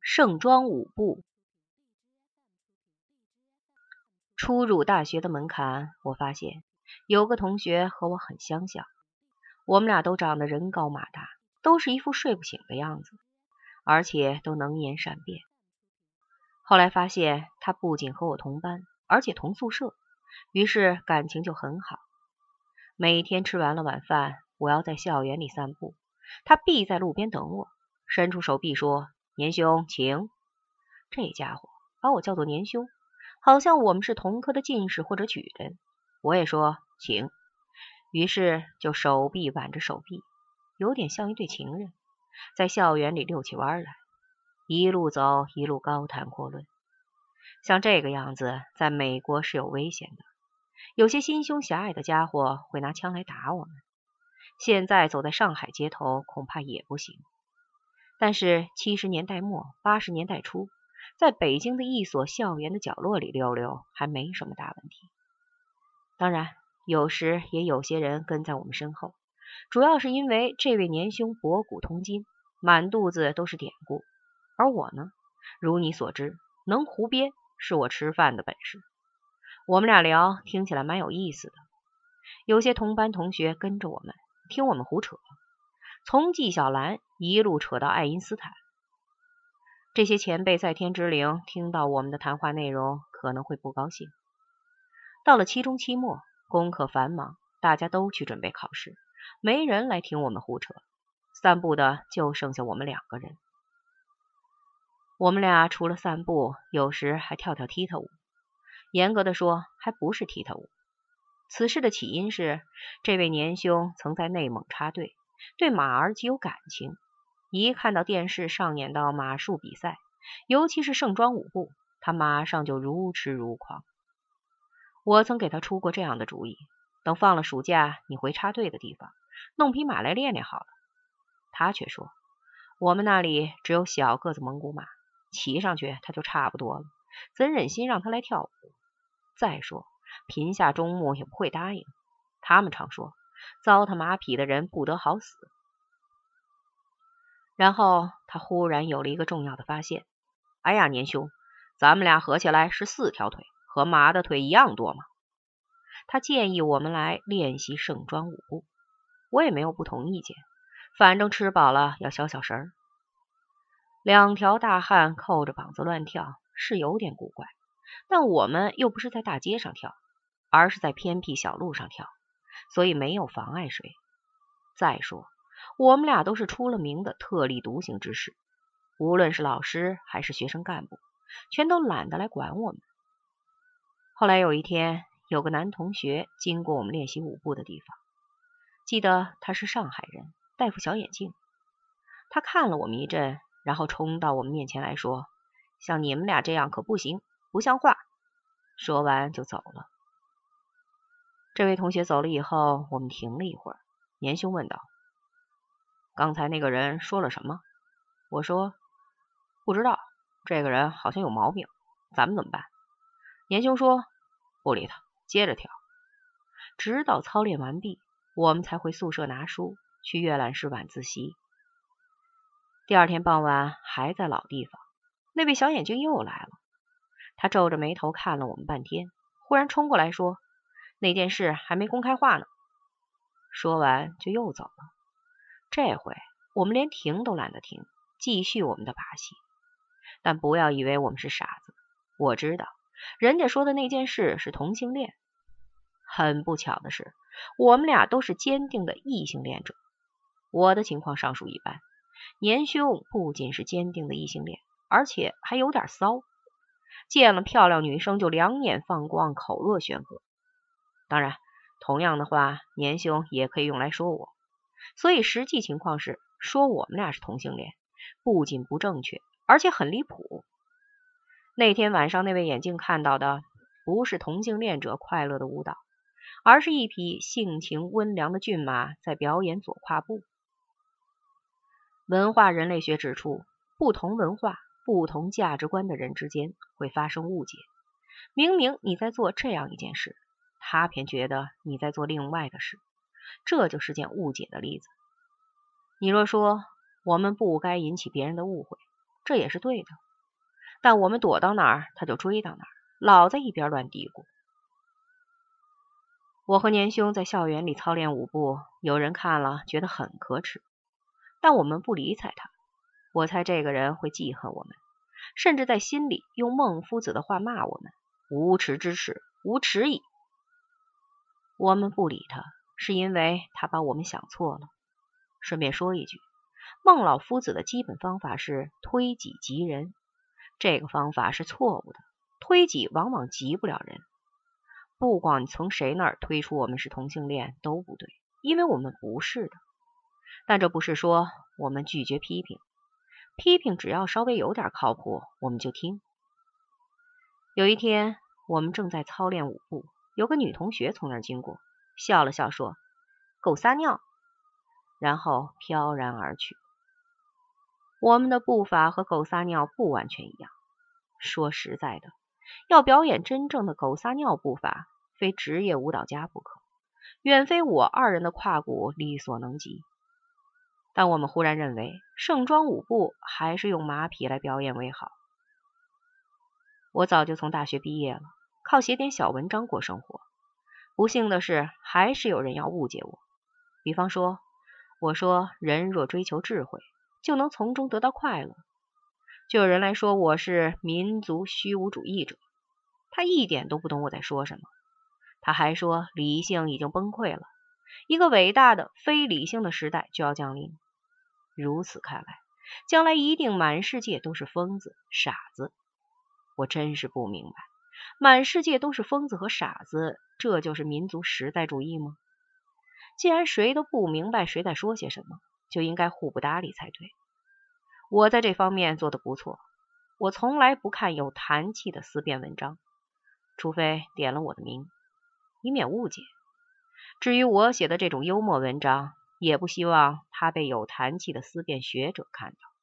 盛装舞步。初入大学的门槛，我发现有个同学和我很相像，我们俩都长得人高马大，都是一副睡不醒的样子，而且都能言善辩。后来发现他不仅和我同班，而且同宿舍，于是感情就很好。每天吃完了晚饭，我要在校园里散步，他必在路边等我，伸出手臂说：“年兄，请。”这家伙把我叫做年兄，好像我们是同科的进士或者举人。我也说请，于是就手臂挽着手臂，有点像一对情人，在校园里溜起弯来，一路走一路高谈阔论。像这个样子在美国是有危险的，有些心胸狭隘的家伙会拿枪来打我们，现在走在上海街头恐怕也不行。但是70年代末80年代初，在北京的一所校园的角落里溜溜还没什么大问题。当然有时也有些人跟在我们身后，主要是因为这位年兄博古通今，满肚子都是典故，而我呢，如你所知，能胡编是我吃饭的本事。我们俩聊听起来蛮有意思的，有些同班同学跟着我们听我们胡扯，从纪晓岚一路扯到爱因斯坦。这些前辈在天之灵听到我们的谈话内容可能会不高兴。到了期中期末，功课繁忙，大家都去准备考试，没人来听我们胡扯，散步的就剩下我们2个人。我们俩除了散步，有时还跳跳踢踏舞。严格的说，还不是踢踏舞。此事的起因是，这位年兄曾在内蒙插队，对马儿极有感情。一看到电视上演到马术比赛，尤其是盛装舞步，他马上就如痴如狂。我曾给他出过这样的主意，等放了暑假，你回插队的地方，弄匹马来练练好了。他却说，我们那里只有小个子蒙古马，骑上去他就差不多了，怎忍心让他来跳舞？再说贫下中牧也不会答应，他们常说糟蹋马匹的人不得好死。然后他忽然有了一个重要的发现，哎呀，年兄，咱们俩合起来是4条腿，和马的腿一样多嘛。他建议我们来练习盛装舞步，我也没有不同意见，反正吃饱了要消消食儿。2条大汉扣着膀子乱跳是有点古怪，但我们又不是在大街上跳，而是在偏僻小路上跳，所以没有妨碍谁。再说我们俩都是出了名的特立独行之士，无论是老师还是学生干部，全都懒得来管我们。后来有一天，有个男同学经过我们练习舞步的地方，记得他是上海人，戴副小眼镜。他看了我们一阵，然后冲到我们面前来说，像你们俩这样可不行，不像话。说完就走了。这位同学走了以后，我们停了一会儿，年兄问道，刚才那个人说了什么？我说不知道，这个人好像有毛病，咱们怎么办？年兄说不理他，接着跳。直到操练完毕，我们才回宿舍拿书，去阅览室晚自习。第2天傍晚还在老地方，那位小眼睛又来了。他皱着眉头看了我们半天，忽然冲过来说，那件事还没公开化呢。说完就又走了。这回我们连停都懒得停，继续我们的把戏。但不要以为我们是傻子，我知道人家说的那件事是同性恋。很不巧的是，我们俩都是坚定的异性恋者。我的情况尚属一般，年兄不仅是坚定的异性恋，而且还有点骚，见了漂亮女生就两眼放光，口若悬河。当然同样的话，年兄也可以用来说我，所以实际情况是，说我们俩是同性恋不仅不正确，而且很离谱。那天晚上那位眼镜看到的不是同性恋者快乐的舞蹈，而是一匹性情温良的骏马在表演左胯步。文化人类学指出，不同文化、不同价值观的人之间会发生误解。明明你在做这样一件事，他偏觉得你在做另外的事，这就是件误解的例子。你若说我们不该引起别人的误会， 这也是对的。但我们躲到哪儿，他就追到哪儿，老在一边乱嘀咕。我和年兄在校园里操练舞步，有人看了觉得很可耻，但我们不理睬他。我猜这个人会记恨我们，甚至在心里用孟夫子的话骂我们：无耻之耻，无耻矣。我们不理他，是因为他把我们想错了。顺便说一句，孟老夫子的基本方法是推己及人，这个方法是错误的，推己往往及不了人。不管你从谁那儿推出我们是同性恋都不对，因为我们不是的。但这不是说我们拒绝批评，批评只要稍微有点靠谱，我们就听。有一天，我们正在操练舞步，有个女同学从那儿经过，笑了笑说：“狗撒尿。”然后飘然而去。我们的步伐和狗撒尿不完全一样。说实在的，要表演真正的狗撒尿步伐，非职业舞蹈家不可，远非我二人的胯骨力所能及。但我们忽然认为，盛装舞步还是用马匹来表演为好。我早就从大学毕业了，靠写点小文章过生活。不幸的是，还是有人要误解我。比方说，我说人若追求智慧，就能从中得到快乐。就有人来说我是民族虚无主义者，他一点都不懂我在说什么。他还说理性已经崩溃了，一个伟大的非理性的时代就要降临。如此看来，将来一定满世界都是疯子、傻子。我真是不明白，满世界都是疯子和傻子，这就是民族时代主义吗？既然谁都不明白谁在说些什么，就应该互不搭理才对。我在这方面做得不错，我从来不看有谈气的思辨文章，除非点了我的名，以免误解。至于我写的这种幽默文章，也不希望它被有谈气的思辨学者看到。